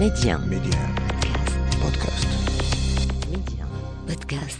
Média Podcast. Média Podcast.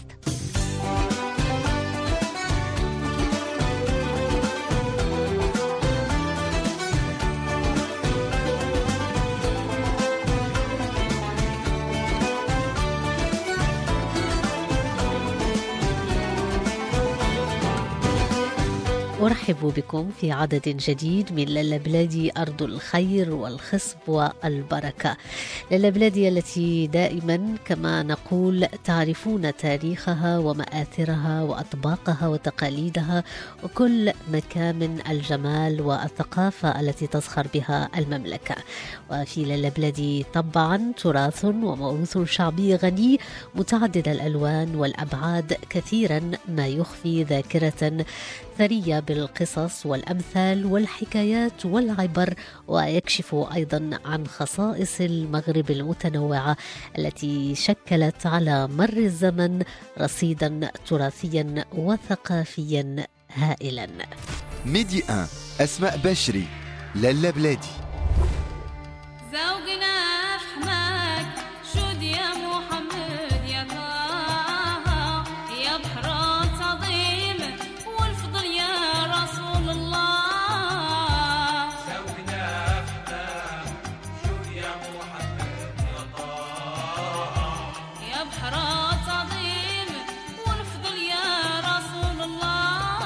أرحب بكم في عدد جديد من لالا بلادي أرض الخير والخصب والبركة. لالا بلادي التي دائما كما نقول تعرفون تاريخها ومآثرها وأطباقها وتقاليدها وكل مكامن الجمال والثقافة التي تزخر بها المملكة. وفي لالا بلادي طبعا تراث وموروث شعبي غني متعدد الألوان والأبعاد، كثيرا ما يخفي ذاكرة ثرية بالقصص والأمثال والحكايات والعبر، ويكشف أيضا عن خصائص المغرب المتنوعة التي شكلت على مر الزمن رصيدا تراثيا وثقافيا هائلا. ميدي 1 أسماء بشري، لالا بلادي. زوجنا فحماك شود يا محمد يا طه يا بحر عظيم والفضل يا رسول الله. زوجنا فحماك شود يا محمد يا طه يا بحر عظيم والفضل يا رسول الله.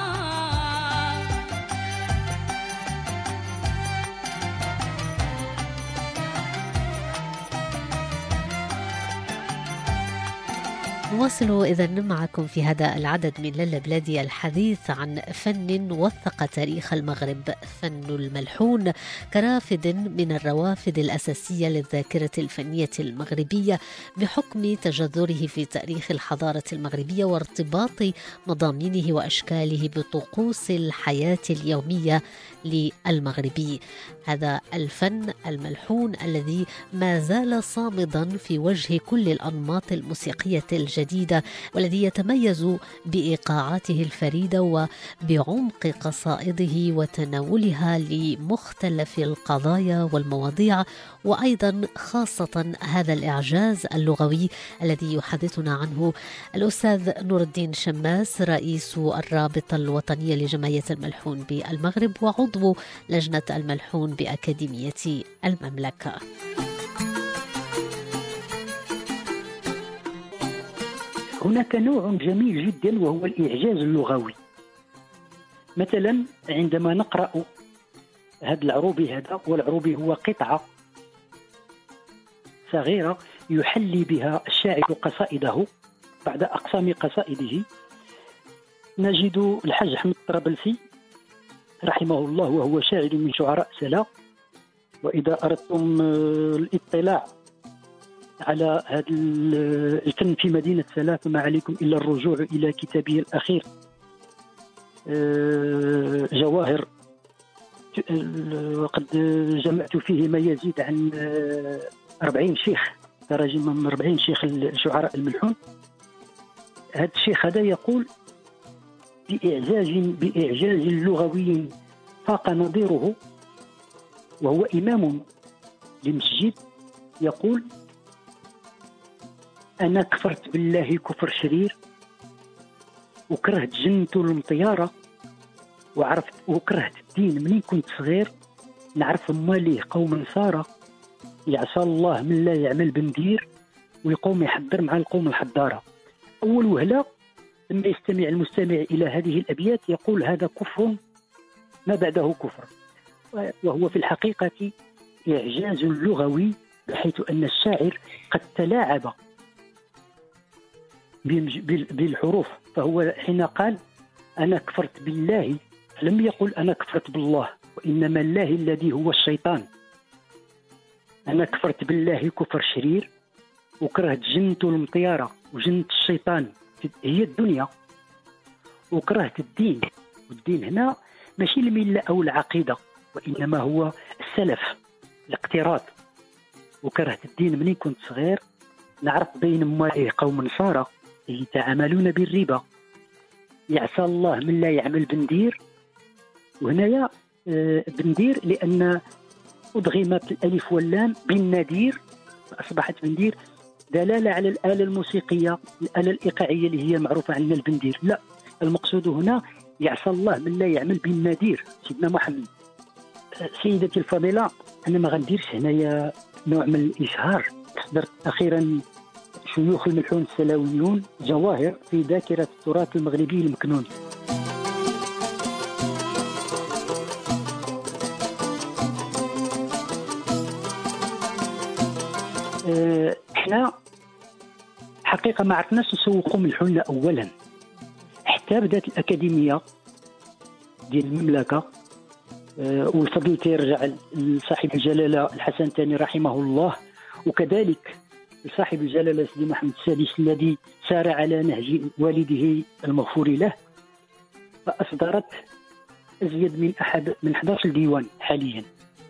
نواصل إذن معكم في هذا العدد من لالا بلادي الحديث عن فن وثق تاريخ المغرب، فن الملحون كرافد من الروافد الأساسية للذاكرة الفنية المغربية بحكم تجذره في تاريخ الحضارة المغربية وارتباط مضامينه وأشكاله بطقوس الحياة اليومية للمغربي. هذا الفن الملحون الذي ما زال صامدا في وجه كل الأنماط الموسيقية الجديدة، والذي يتميز بإيقاعاته الفريدة وبعمق قصائده وتناولها لمختلف القضايا والمواضيع، وأيضا خاصة هذا الإعجاز اللغوي الذي يحدثنا عنه الأستاذ نور الدين شماس، رئيس الرابطة الوطنية لجمعية الملحون بالمغرب وعضو لجنة الملحون بأكاديمية المملكة. هناك نوع جميل جدا وهو الإعجاز اللغوي. مثلا عندما نقرأ هذا العروبي، هذا والعروبي هو قطعة صغيرة يحلي بها الشاعر قصائده بعد أقسام قصائده. نجد الحاج أحمد الطرابلسي رحمه الله وهو شاعر من شعراء سلا. وإذا أردتم الاطلاع على هذا الفن في مدينة سلا فما عليكم إلا الرجوع إلى كتابه الأخير جواهر، وقد جمعت فيه ما يزيد عن 40 شيخ، تراجم من 40 شيخ الشعراء الملحون. هذا الشيخ هذا يقول بإعجاز لغوي فاق نظيره، وهو إمام لمسجد، يقول: أنا كفرت بالله كفر شرير، وكرهت جنة المطيارة، وكرهت الدين منين كنت صغير، نعرف ماليه قوم نصارى، يعصى الله من لا يعمل بندير، ويقوم يحضر مع القوم الحضارة. أول وهلة لما يستمع المستمع إلى هذه الأبيات يقول هذا كفر ما بعده كفر، وهو في الحقيقة إعجاز لغوي، بحيث أن الشاعر قد تلاعب بالحروف. فهو حين قال أنا كفرت بالله لم يقل أنا كفرت بالله، وإنما الله الذي هو الشيطان. أنا كفرت بالله كفر شرير، وكرهت جنة المطيارة، وجنة الشيطان هي الدنيا، وكرهت الدين. والدين هنا ماشي الملة أو العقيدة، وإنما هو السلف، الاقتراض. وكرهت الدين مني كنت صغير، نعرف بين ماليه قوم نصارى يتعاملون بالربا، يعصى الله من لا يعمل بندير. وهنايا بندير لأن أدغمت الألف واللام بالنذير، أصبحت بندير دلالة على الآلة الموسيقية، الآلة الإيقاعية اللي هي معروفة عندنا البندير. لا، المقصود هنا يعصى الله من لا يعمل بالنذير سيدنا محمد. سيدتي الفاضلة، أنا ما غنديرش هنايا نوع من الإشهار. حضرت أخيرا شيوخ الملحون السلاويون جواهر في ذاكرة التراث المغربي المكنون. احنا حقيقة ما عرفناش نسوقوا ملحوننا أولا، حتى بدات الأكاديمية ديال المملكة، والفضل تيرجع لصاحب الجلالة الحسن الثاني رحمه الله، وكذلك لصاحب الجلالة سيدي محمد السادس الذي سار على نهج والده المغفور له، فأصدرت أزيد من 11 ديوان حاليا.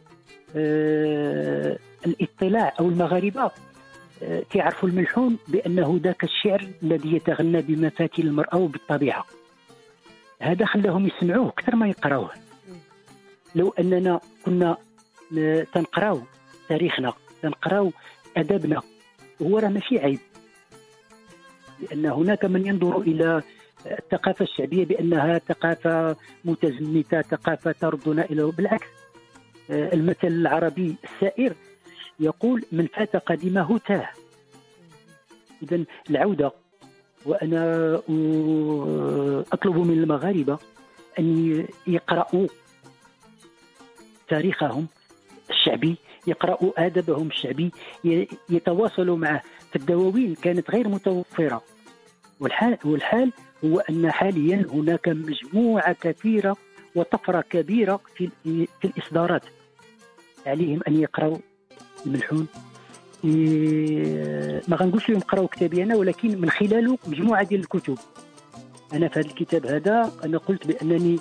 الاطلاع أو المغاربة تعرفوا الملحون بأنه ذاك الشعر الذي يتغنى بمفاتن المرأة وبالطبيعة. هذا خلاهم يسمعوه أكثر ما يقراوه. لو أننا كنا تنقراو تاريخنا، تنقراو أدبنا، هو راه ماشي عيب، لأن هناك من ينظر إلى الثقافة الشعبية بأنها ثقافة متزمتة، ثقافة تردنا إلى، بالعكس. المثل العربي السائر يقول من فات قديمه تاه. إذن العودة، وأنا أطلب من المغاربة أن يقرأوا تاريخهم الشعبي، يقرأوا أدبهم الشعبي، يتواصلوا معه. في كانت غير متوفرة، والحال هو أن حاليا هناك مجموعة كثيرة وطفرة كبيرة في الإصدارات. عليهم أن يقرأوا الملحون. ما غنقولش لهم قراوا كتابي أنا، ولكن من خلاله مجموعة ديال الكتب. أنا في هذا الكتاب هذا أنا قلت بأنني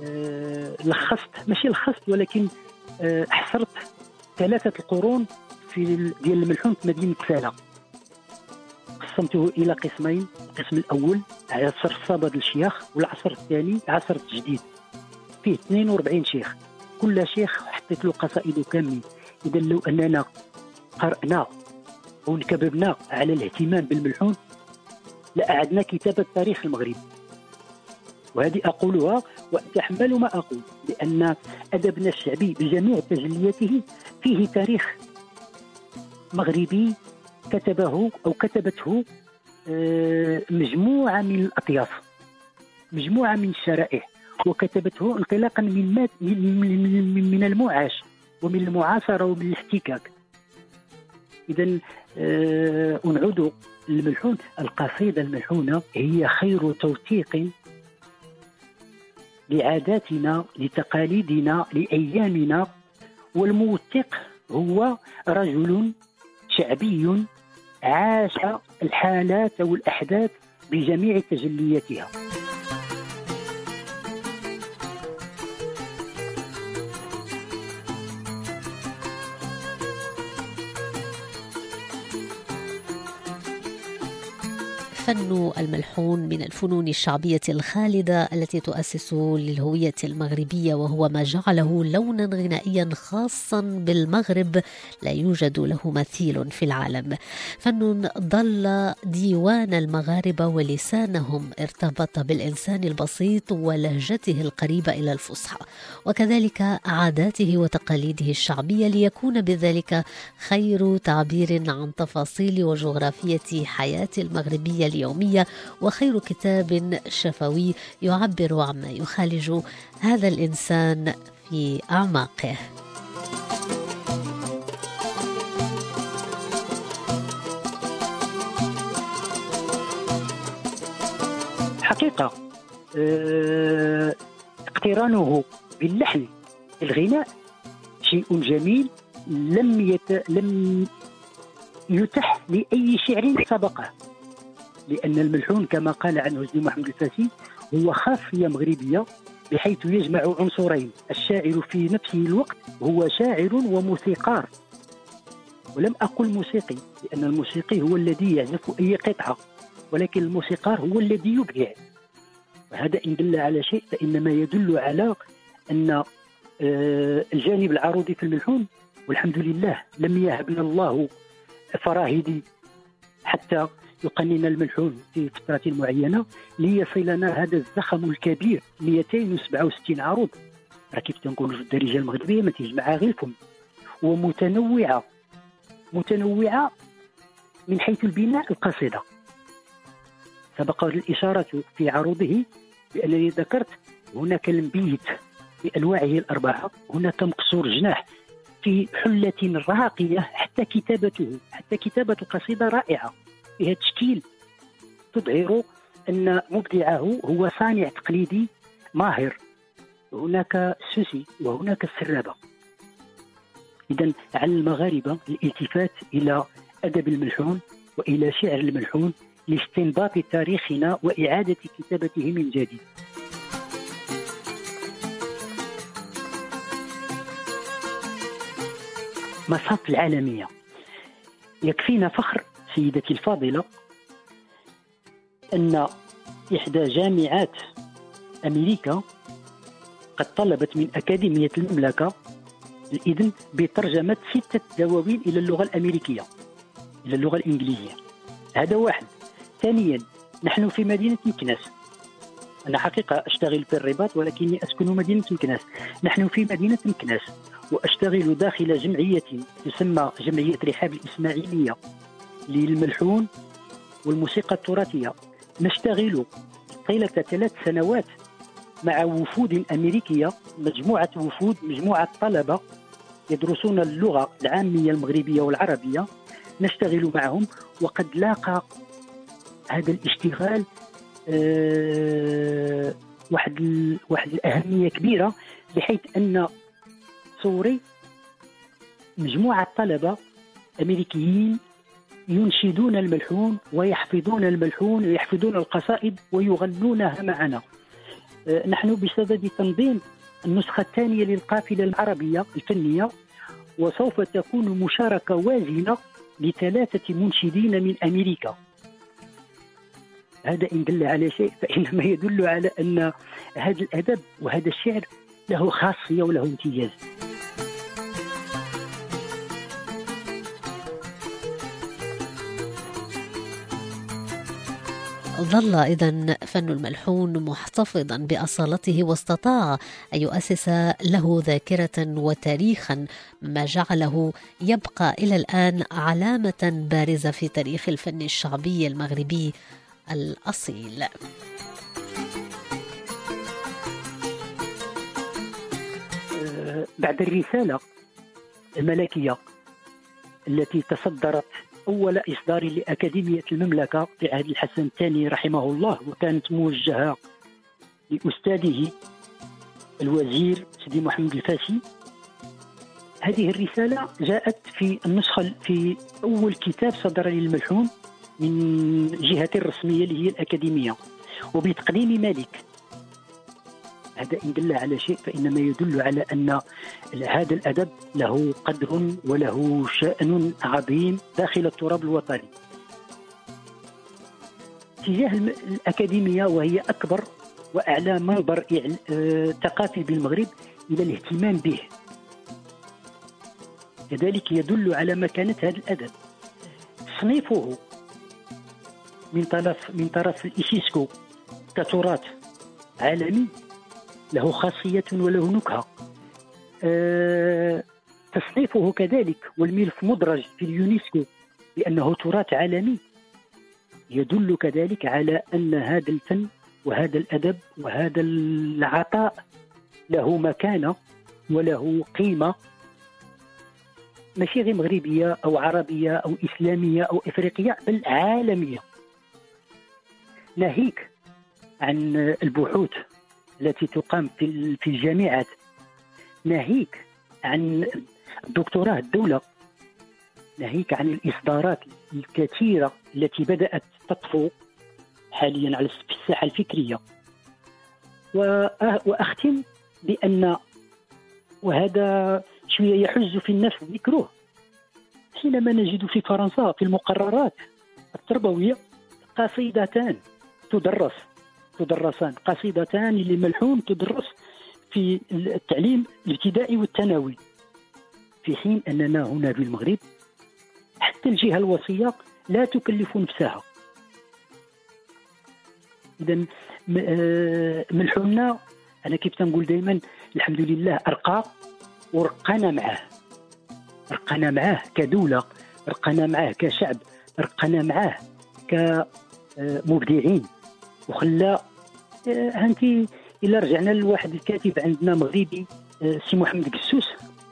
لخصت ولكن حصرت 3 القرون ديال الملحون في مدينة فالة. قسمته إلى قسمين، القسم الأول عصر الصبا الشيخ، والعصر الثاني عصر التجديد، فيه 42 شيخ، كل شيخ حطيت له قصائد كاملين. إذا لو أننا قرأنا ونكببنا على الاهتمام بالملحون لأعدنا كتابة تاريخ المغرب. وهذه أقولها وأتحمل ما أقول، لأن أدبنا الشعبي بجميع تجلياته فيه تاريخ مغربي كتبه أو كتبته مجموعة من الأطياف، مجموعة من الشرائح، وكتبته انطلاقا من المعاش ومن المعاصرة ومن الاحتكاك. إذن ونعود للملحون. القصيدة الملحونة هي خير توثيق لعاداتنا، لتقاليدنا، لأيامنا، والموثق هو رجل شعبي عاش الحالات والأحداث بجميع تجلياتها. فن الملحون من الفنون الشعبية الخالدة التي تؤسس للهوية المغربية، وهو ما جعله لونا غنائيا خاصا بالمغرب لا يوجد له مثيل في العالم. فن ظل ديوان المغاربة ولسانهم ارتبط بالإنسان البسيط ولهجته القريبة إلى الفصحى، وكذلك عاداته وتقاليده الشعبية، ليكون بذلك خير تعبير عن تفاصيل وجغرافية حياة المغربية اليومية، وخير كتاب شفوي يعبر عما يخالج هذا الإنسان في أعماقه. حقيقة اقترانه باللحن الغناء شيء جميل لم يتح لأي شعر سبقه، لأن الملحون كما قال عنه سيدي محمد الفاسي هو خاصية مغربية، بحيث يجمع عنصرين: الشاعر في نفسه الوقت هو شاعر وموسيقار. ولم أقل موسيقي، لأن الموسيقي هو الذي يعزف أي قطعة، ولكن الموسيقار هو الذي يبدع. وهذا إن دل على شيء فإنما يدل على أن الجانب العروضي في الملحون، والحمد لله لم يهبنا الله فراهيدي حتى يقنن الملحون في فترة معينة ليصلنا هذا الزخم الكبير 267 عروض. راه كيف تنقولوا في الدارجة المغربية ما تجمعها غير الفم، ومتنوعة من حيث البناء القصيدة. سبق الإشارة في عروضه بأنني ذكرت هناك المبيت بأنواعه الأربعة، هناك مكسور جناح في حلة راقية، حتى كتابة قصيدة رائعة فيها تشكيل تظهر أن مبدعه هو صانع تقليدي ماهر. هناك السوسي وهناك السرابة. إذن على المغاربة الالتفات إلى أدب الملحون وإلى شعر الملحون لاستنباط تاريخنا وإعادة كتابته من جديد. مصاف العالمية. يكفينا فخر سيدتي الفاضلة أن إحدى جامعات أمريكا قد طلبت من أكاديمية المملكة الإذن بترجمة 6 دواوين إلى اللغة الأمريكية، إلى اللغة الإنجليزية. هذا واحد. ثانيا، نحن في مدينة مكناس. أنا حقيقة أشتغل في الرباط ولكني أسكن مدينة مكناس. نحن في مدينة مكناس وأشتغل داخل جمعية تسمى جمعية رحاب الإسماعيلية للملحون والموسيقى التراثية. نشتغل طيلة 3 سنوات مع وفود أمريكية، مجموعة طلبة يدرسون اللغة العامية المغربية والعربية. نشتغل معهم، وقد لاقى هذا الاشتغال واحد الأهمية كبيرة، بحيث أن صوري مجموعة طلبة أمريكيين ينشدون الملحون ويحفظون الملحون ويحفظون القصائد ويغنونها معنا. نحن بصدد تنظيم النسخة الثانية للقافلة العربية الفنية، وسوف تكون مشاركة وازنة ل3 منشدين من أمريكا. هذا إن دل على شيء فإنما يدل على أن هذا الأدب وهذا الشعر له خاصية وله امتياز. ظل إذن فن الملحون محتفظا بأصالته، واستطاع أن يؤسس له ذاكرة وتاريخا، ما جعله يبقى إلى الآن علامة بارزة في تاريخ الفن الشعبي المغربي الأصيل. بعد الرسالة الملكية التي تصدرت أول إصدار لأكاديمية المملكة في عهد الحسن الثاني رحمه الله، وكانت موجهة لأستاذه الوزير سيدي محمد الفاسي، هذه الرسالة جاءت في أول كتاب صدر للملحون من جهة رسمية اللي هي الأكاديمية وبتقديم مالك. هذا إن دل على شيء فإنما يدل على أن هذا الأدب له قدر وله شأن عظيم داخل التراب الوطني. تجاه الأكاديمية، وهي أكبر وأعلى منبر ثقافي بالمغرب، إلى الاهتمام به، كذلك يدل على مكانة هذا الأدب. تصنيفه من طرف الإيسيسكو كتراث عالمي له خاصية وله نكهة. تصنيفه كذلك والملف مدرج في اليونسكو بأنه تراث عالمي يدل كذلك على أن هذا الفن وهذا الأدب وهذا العطاء له مكانة وله قيمة، ماشي غير مغربية أو عربية أو إسلامية أو إفريقية، بل عالمية. ناهيك عن البحوث التي تقام في الجامعات، ناهيك عن دكتوراه الدولة، ناهيك عن الإصدارات الكثيرة التي بدأت تطفو حاليا على الساحة الفكرية. وأختم بأن، وهذا شوية يحز في النفس ذكره، حينما نجد في فرنسا في المقررات التربوية قصيدتان تدرسان، قصيدتان للملحون تدرس في التعليم الابتدائي والثانوي، في حين أننا هنا في المغرب حتى الجهة الوصية لا تكلف نفسها. إذا ملحونا أنا كيف تنقول دائما الحمد لله أرقى ورقنا معاه كدولة، رقنا معاه كشعب، رقنا معاه كمبدعين، وخلى هانتي إلا رجعنا لواحد الكاتب عندنا مغربي سي محمد قسوس.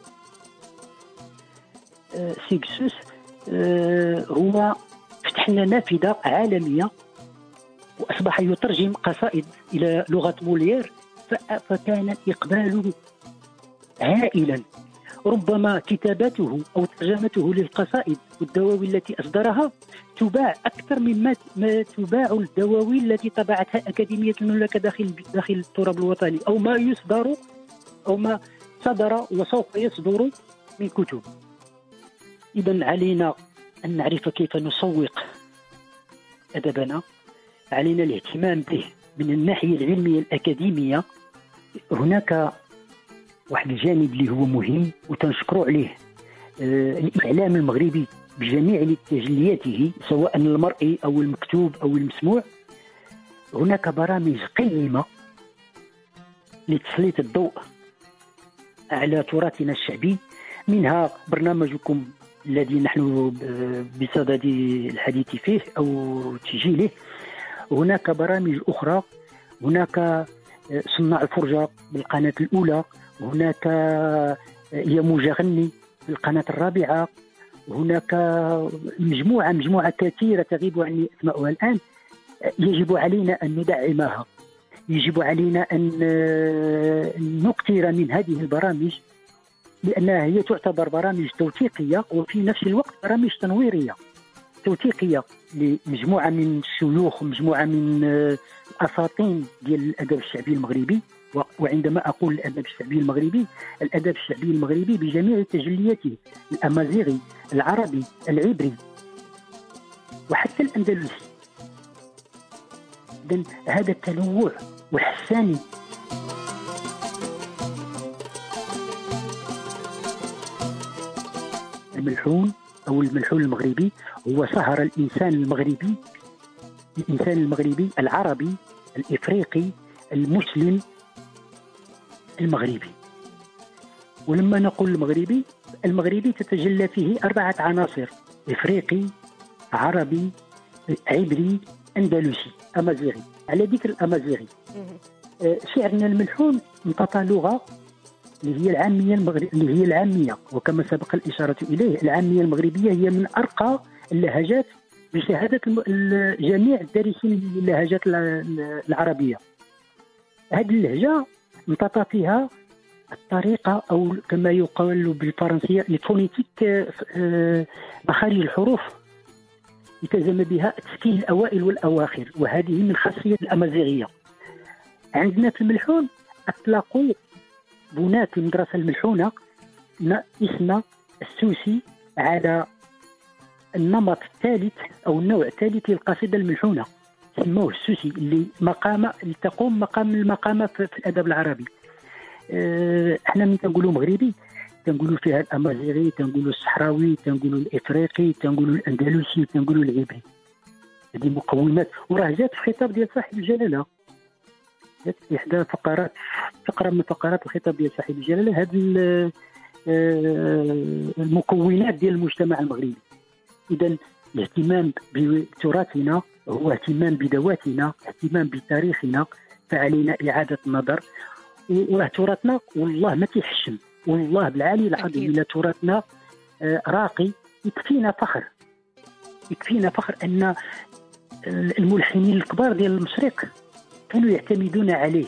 سي قسوس هو فتح لنا نافذة عالمية وأصبح يترجم قصائد إلى لغة موليير، فكان إقباله هائلا. ربما كتاباته أو ترجمته للقصائد والدواوين التي أصدرها تباع أكثر مما تباع الدواوين التي طبعتها أكاديمية المملكة داخل التراب الوطني، أو ما يصدر أو ما صدر وسوف يصدر من كتب. إذن علينا أن نعرف كيف نسوق أدبنا، علينا الاهتمام به من الناحية العلمية الأكاديمية. هناك واحد الجانب اللي هو مهم وتنشكروا عليه، الإعلام المغربي بجميع تجلياته سواء المرئي أو المكتوب أو المسموع. هناك برامج قيمة لتسليط الضوء على تراثنا الشعبي، منها برنامجكم الذي نحن بصدد الحديث فيه أو تسجيله. هناك برامج أخرى، هناك صناع الفرجة بالقناة الأولى، هناك يا مجغني في القناة الرابعة، هناك مجموعة كثيرة تغيب عني أسماءها الآن. يجب علينا أن ندعمها، يجب علينا أن نكثر من هذه البرامج، لأنها هي تعتبر برامج توثيقية وفي نفس الوقت برامج تنويرية. توثيقية لمجموعة من الشيوخ، مجموعة من الأساطين ديال الأدب الشعبي المغربي. وعندما أقول الأدب الشعبي المغربي، الأدب الشعبي المغربي بجميع تجلياته، الأمازيغي، العربي، العبري، وحتى الأندلسي. إذن هذا التنوع والحساني الملحون أو الملحون المغربي هو سهر الإنسان المغربي العربي الإفريقي المسلم المغربي. ولما نقول المغربي تتجلى فيه 4 عناصر: إفريقي، عربي، عبري، أندلسي، أمازيغي. على ذكر الأمازيغي، شعرنا الملحون انتطى لغة اللي هي العامية، وكما سبق الإشارة إليه العامية المغربية هي من أرقى اللهجات بشهادة جميع الدارسين للهجات العربية. هذه اللهجة انتطى فيها الطريقة أو كما يقال بالفرنسية الفونيتيك، مخارج الحروف التزم بها تسكين الأوائل والأواخر، وهذه من خاصية الأمازيغية. عندنا في الملحون أطلقوا بناة المدرسة الملحونة اسم السوسي على النمط الثالث أو النوع الثالث للقصيدة الملحونة، سموه السوسي، اللي تقوم مقام المقامة في الأدب العربي. احنا من تنقولوا مغربي تنقولوا فيها الأمازيغي، تنقولوا الصحراوي، تنقولوا الإفريقي، تنقولوا الأندلسي، تنقولوا العبري. هذه مقومات، وراه جات في الخطاب ديال صاحب الجلالة، إحدى فقرة من فقرات الخطاب ديال صاحب الجلالة، هذه المكونات ديال المجتمع المغربي. إذن الاهتمام بتراثنا هو اهتمام بذواتنا، اهتمام بتاريخنا، فعلينا إعادة النظر. وراه تراثنا والله ما تيحشم، والله بالعالي العظيم إلى تراثنا راقي. يكفينا فخر أن الملحنين الكبار ديال المشرق كانوا يعتمدون عليه.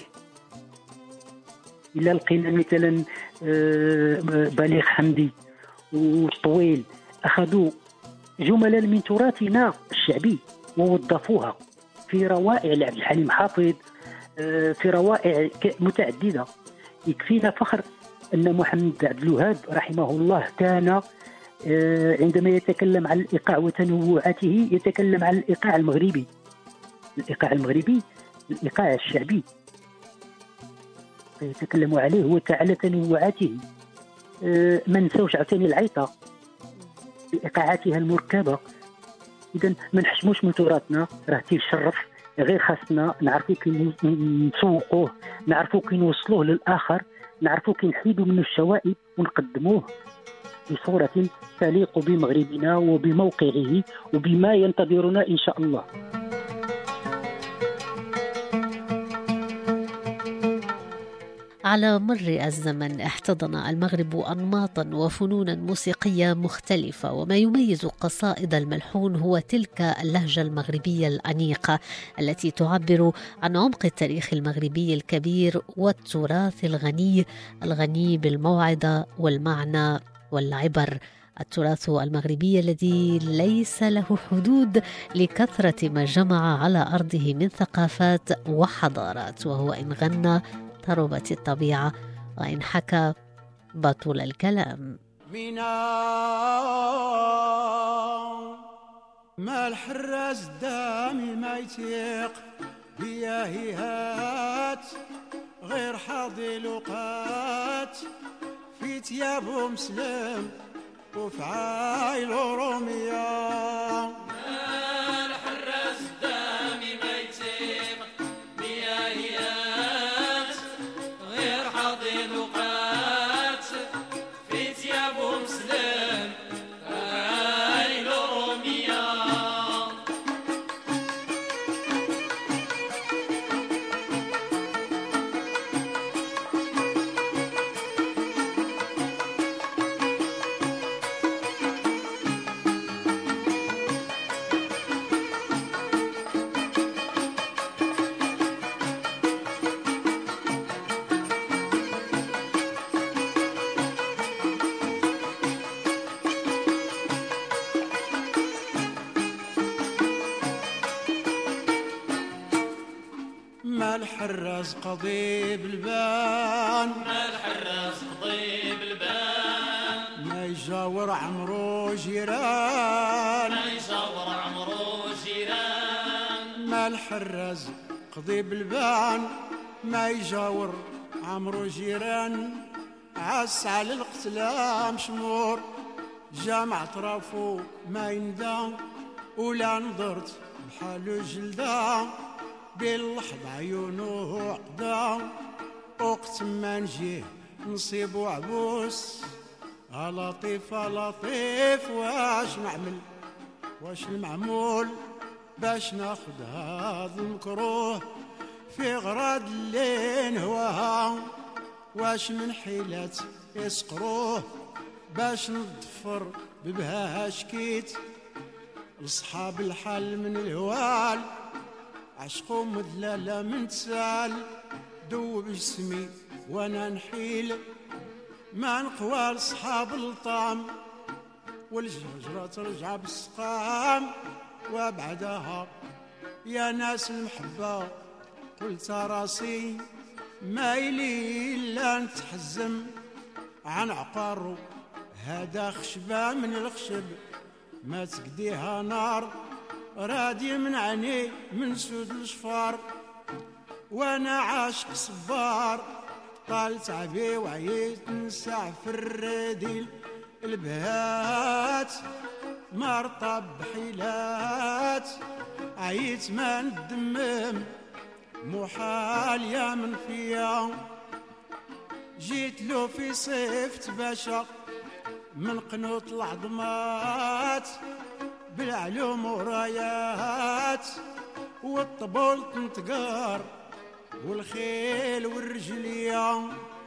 إلا لقينا مثلا بليغ حمدي والطويل أخذوا جملا من تراثنا الشعبي ووظفوها في روائع لعبد الحليم حافظ، في روائع متعددة. يكفينا فخر أن محمد عبد الوهاب رحمه الله كان عندما يتكلم عن الإيقاع وتنوعاته يتكلم عن الإيقاع المغربي، الإيقاع الشعبي يتكلم عليه وعلى تنوعاته. ما نسوش عاوتاني العيطة، بايقاعاتها المركبه. اذا ما نحشموش من تراثنا، راه تيشرف، غير خاصنا نعرفوا كي نسوقوه، نعرفوا كي نوصلوه للاخر، نعرفوا كي نحيدوا منه الشوائب ونقدموه بصوره تليق بمغربنا وبموقعه وبما ينتظرنا ان شاء الله. على مر الزمن احتضن المغرب أنماطا وفنونا موسيقية مختلفة، وما يميز قصائد الملحون هو تلك اللهجة المغربية الأنيقة التي تعبر عن عمق التاريخ المغربي الكبير والتراث الغني بالموعظة والمعنى والعبر. التراث المغربي الذي ليس له حدود لكثرة ما جمع على أرضه من ثقافات وحضارات، وهو إن غنى طربت الطبيعة وإن حكى بطل الكلام. مينا ما الحراس دامي ما يتيق هيهات غير حاضي لقات في تيابو مسلم وفي عايل روميا. ما الحراس قضيب البان، ما الحراس قضيب البان، ما يجاور عمرو جيران، ما يجاور عمرو جيران. ما الحراس قضيب البان، ما يجاور عمرو جيران. عس على القتلى مشمور، جامع طرافو ما يندم، ولا نظرت بحالو جلدان باللحظة عيونه عقدة. وقت ما نجيه نصيب عبوس، لطيف لطيف واش نعمل واش المعمول باش ناخد هذا المكروه في غراد اللي نهواها. واش من حيلات يسقروه باش نضفر ببها شكيت لصحاب الحال من الهوال. عشقو مذلالة من تسال دوب جسمي وانا نحيل، ما نقوى لصحاب الطعم والجهجرة ترجع بالسقام. وبعدها يا ناس المحبة قلت راسي ما يلي إلا نتحزم عن عقارو. هذا خشبة من الخشب ما تقديها نار، رادي من عيني من سود الشفار. وانا عاشق صبار طال تعبي وعييت نسع في الرديل البهات مرطب بحيلات. عييت ما ندمم محال يا من فيا. جيت له في صيف تباشا من قنوط العظمات بالعلوم ورايات، والطبول تنتقار والخيل والرجلية.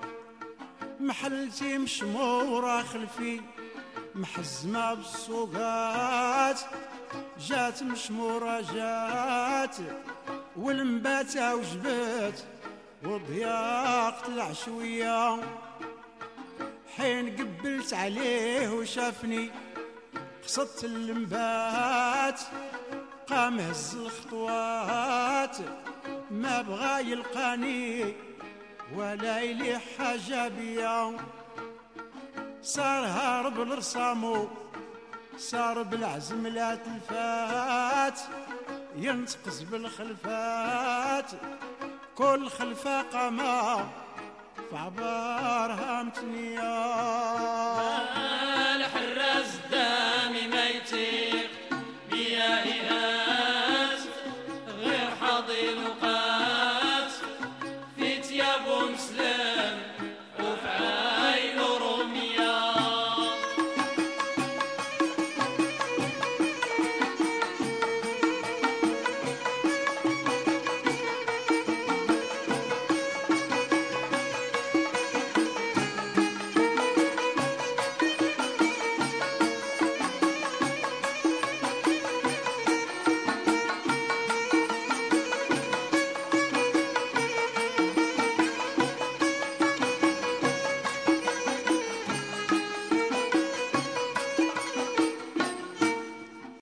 محلتي مشمورة خلفي محزمة بالسوقات، جات مشمورة جات والمباتة وجبات وضياقة العشوية. حين قبلت عليه وشافني قصدت اللمبات، قام هز الخطوات ما بغى يلقاني ولا يلي حاجة بيا. صار هارب لرسامو صار بالعزم لا تلفات، ينتقص بالخلفات كل خلفة قاما فعبارها متنيا.